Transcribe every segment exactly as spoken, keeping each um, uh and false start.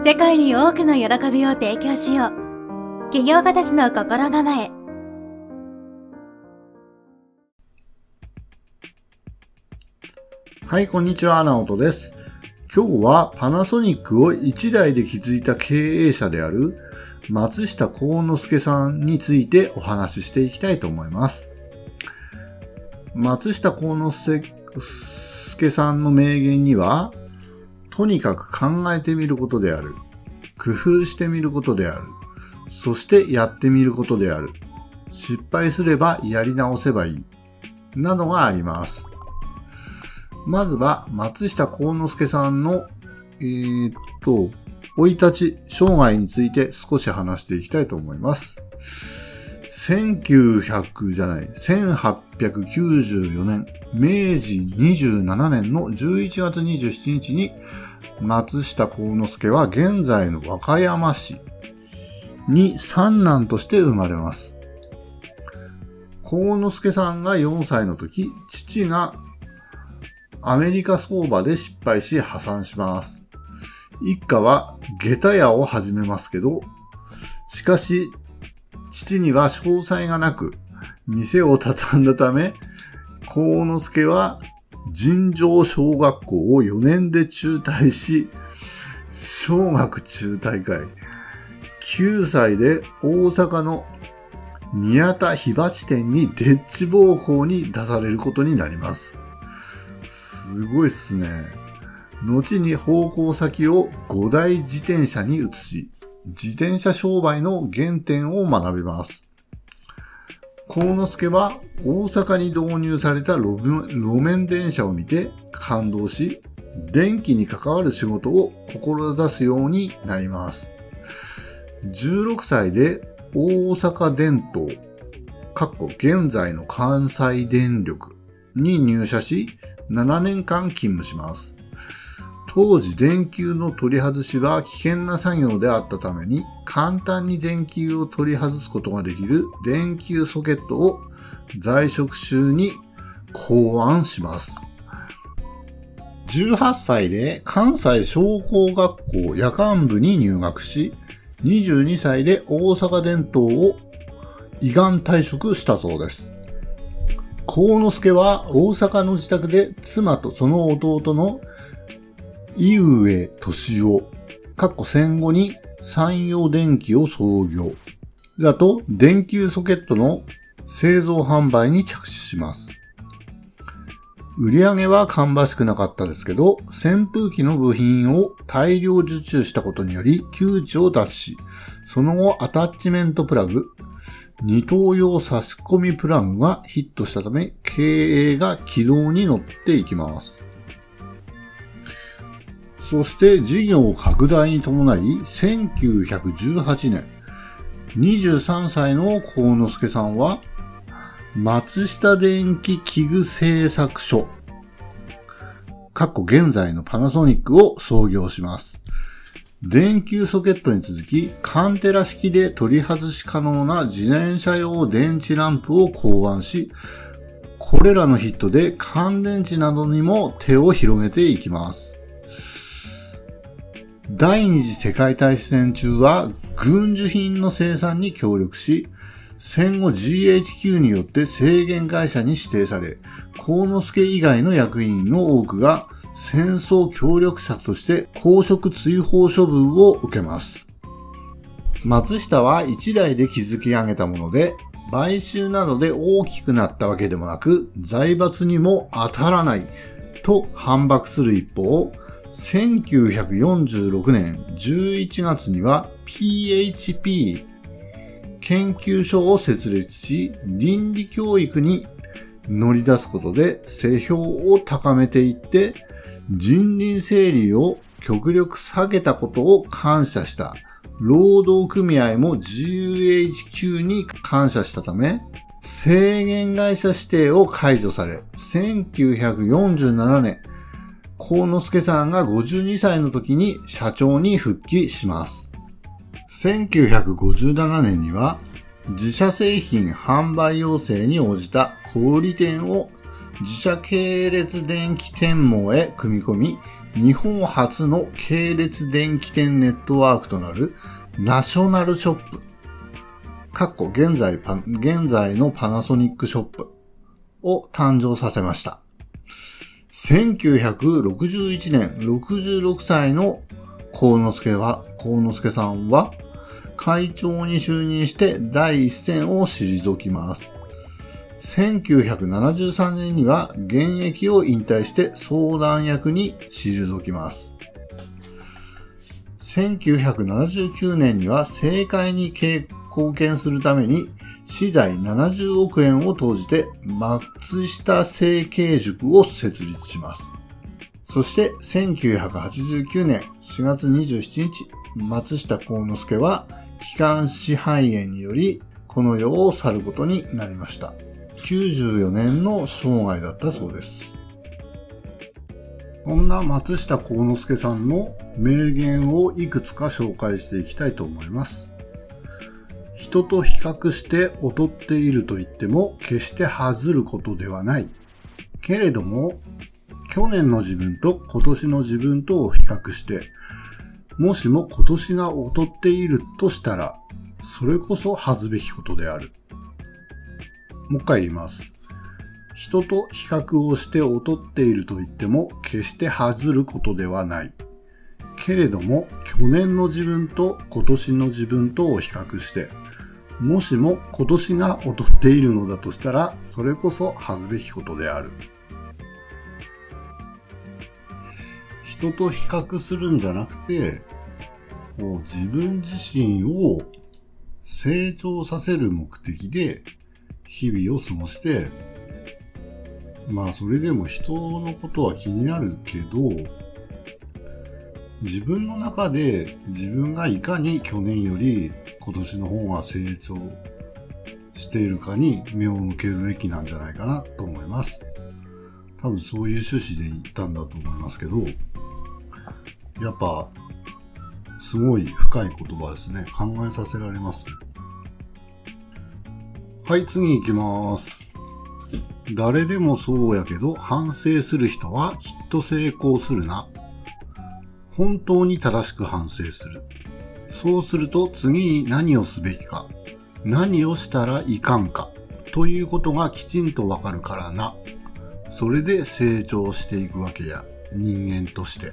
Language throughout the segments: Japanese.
世界に多くの喜びを提供しよう。起業家たちの心構え。 はい、こんにちは、直人です。今日はパナソニックをいちだいで築いた経営者である松下幸之助さんについてお話ししていきたいと思います。松下幸之助さんの名言には、とにかく考えてみることである。工夫してみることである。そしてやってみることである。失敗すればやり直せばいい。などがあります。まずは松下幸之助さんの、えー、っと、生い立ち、生涯について少し話していきたいと思います。せんきゅうひゃくじゃない、せんはっぴゃくきゅうじゅうよねん、めいじにじゅうななねんのじゅういちがつにじゅうしちにちに松下幸之助は現在の和歌山市に三男として生まれます。幸之助さんがよんさいの時、父がアメリカ相場で失敗し破産します。一家は下駄屋を始めますけど、しかし父には商才がなく、店を畳んだため、幸之助は尋常小学校をよねんで中退し、小学中退会。きゅうさいで大阪の宮田火鉢店にでっち奉公に出されることになります。すごいっすね。後に奉公先を五大自転車に移し、自転車商売の原点を学びます。幸之助は大阪に導入された路面電車を見て感動し、電気に関わる仕事を志すようになります。じゅうろくさいで大阪電灯、かっこ現在の関西電力に入社し、ななねんかん勤務します。当時電球の取り外しは危険な作業であったために、簡単に電球を取り外すことができる電球ソケットを在職中に考案します。じゅうはっさいで関西商工学校夜間部に入学し、にじゅうにさいで大阪電灯を依願退職したそうです。幸之助は大阪の自宅で妻とその弟の井上俊夫、かっこ戦後に山陽電機を創業。だと、電球ソケットの製造販売に着手します。売り上げは芳しくなかったですけど、扇風機の部品を大量受注したことにより窮地を脱し、その後アタッチメントプラグ、二等用差し込みプラグがヒットしたため、経営が軌道に乗っていきます。そして事業拡大に伴い、せんきゅうひゃくじゅうはちねん、にじゅうさんさいの幸之助さんは、松下電器器具製作所、かっこ現在のパナソニックを創業します。電球ソケットに続き、カンテラ式で取り外し可能な自転車用電池ランプを考案し、これらのヒットで乾電池などにも手を広げていきます。第二次世界大戦中は軍需品の生産に協力し、戦後 ジーエイチキュー によって制限会社に指定され、幸之助以外の役員の多くが戦争協力者として公職追放処分を受けます。松下は一代で築き上げたもので、買収などで大きくなったわけでもなく、財閥にも当たらないと反駁する一方、せんきゅうひゃくよんじゅうろくねんじゅういちがつには ピーエイチピー 研究所を設立し、倫理教育に乗り出すことで世評を高めていって、人倫整理を極力下げたことを感謝した。労働組合も ジーエイチキュー に感謝したため、制限会社指定を解除され、せんきゅうひゃくよんじゅうななねん、幸之助さんがごじゅうにさいの時に社長に復帰します。せんきゅうひゃくごじゅうななねんには自社製品販売要請に応じた小売店を自社系列電気天網へ組み込み、 日本初の系列電気店ネットワークとなるナショナルショップ、かっこ現在パ、現在のパナソニックショップを誕生させました。せんきゅうひゃくろくじゅういちねん、ろくじゅうろくさいの幸之助は、幸之助さんは会長に就任して第一線を退きます。せんきゅうひゃくななじゅうさんねんには現役を引退して相談役に退きます。せんきゅうひゃくななじゅうきゅうねんには政界に貢献するために私財ななじゅうおくえんを投じて松下政経塾を設立します。そしてせんきゅうひゃくはちじゅうきゅうねんしがつにじゅうしちにち、松下幸之助は気管支肺炎によりこの世を去ることになりました。きゅうじゅうよねんの生涯だったそうです。そんな松下幸之助さんの名言をいくつか紹介していきたいと思います。人と比較して劣っていると言っても決して恥ずることではない。けれども、去年の自分と今年の自分とを比較して、もしも今年が劣っているとしたら、それこそ恥ずべきことである。もう一回言います。人と比較をして劣っていると言っても決して恥ずることではない。けれども去年の自分と今年の自分とを比較して、もしも今年が劣っているのだとしたらそれこそ恥ずべきことである。人と比較するんじゃなくて、こう自分自身を成長させる目的で日々を過ごして、まあそれでも人のことは気になるけど、自分の中で自分がいかに去年より今年の方が成長しているかに目を向けるべきなんじゃないかなと思います。多分そういう趣旨で言ったんだと思いますけど、やっぱすごい深い言葉ですね。考えさせられますね。はい、次行きます。誰でもそうやけど反省する人はきっと成功するな。本当に正しく反省する。そうすると次に何をすべきか、何をしたらいかんかということがきちんとわかるからな。それで成長していくわけや、人間として。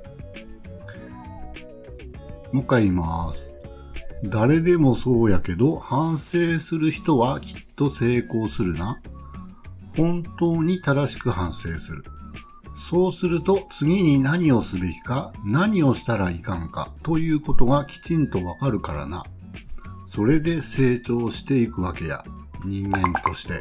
もう一回言います。誰でもそうやけど反省する人はきっと成功するな。本当に正しく反省する。そうすると次に何をすべきか、何をしたらいかんかということがきちんとわかるからな。それで成長していくわけや、人間として。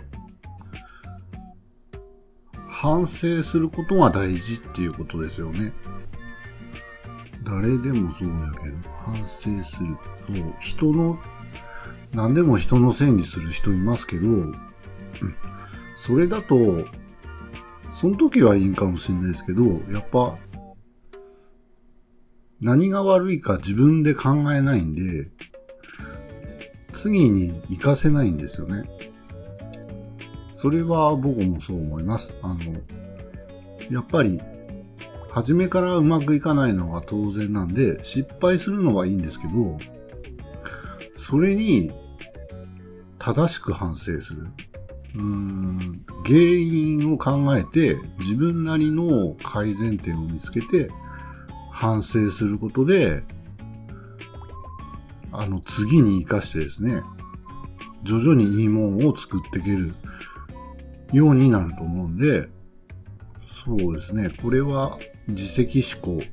反省することが大事っていうことですよね。誰でもそうやけど反省する。そう、人の、何でも人のせいにする人いますけど、うん、それだと、その時はいいんかもしれないですけど、やっぱ、何が悪いか自分で考えないんで、次に活かせないんですよね。それは僕もそう思います。あの、やっぱり、初めからうまくいかないのは当然なんで、失敗するのはいいんですけど、それに正しく反省する。うーん、原因を考えて自分なりの改善点を見つけて反省することで、あの次に活かしてですね、徐々にいいものを作っていけるようになると思うんで、そうですね、これは自責思考、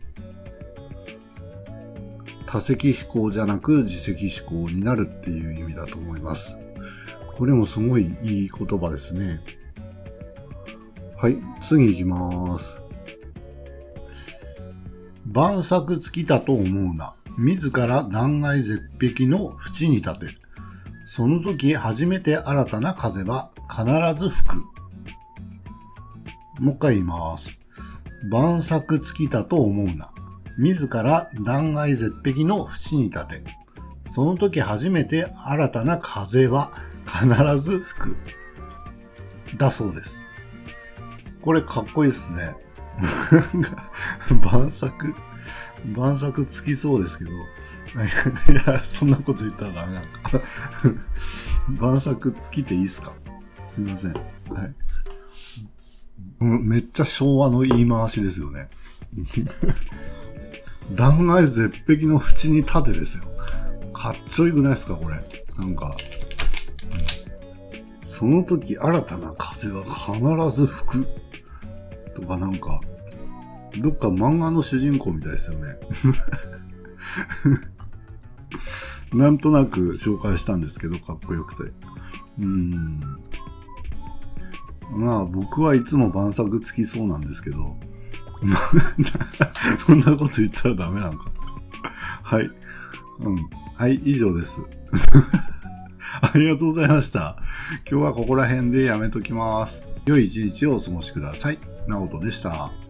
多責思考じゃなく自責思考になるっていう意味だと思います。これもすごいいい言葉ですね。はい、次行きます。万策尽きたと思うな。自ら断崖絶壁の淵に立て。その時初めて新たな風は必ず吹く。もう一回言います。万策尽きたと思うな。自ら断崖絶壁の淵に立て。その時初めて新たな風は必ず吹く。だそうです。これかっこいいですね。 晩作晩作つきそうですけど。いや、そんなこと言ったらダメなんか。晩作つきていいっすか？すいません。はい。めっちゃ昭和の言い回しですよね。断崖絶壁の縁に立てですよ。かっちょよくないですかこれ。なんか、うん、その時新たな風が必ず吹く。とかなんか、どっか漫画の主人公みたいですよね。なんとなく紹介したんですけど、かっこよくて。うーん。まあ僕はいつも晩作つきそうなんですけど、そんなこと言ったらダメなんか。はい。うん。はい、以上です。ありがとうございました。今日はここら辺でやめときます。良い一日をお過ごしください。なおとでした。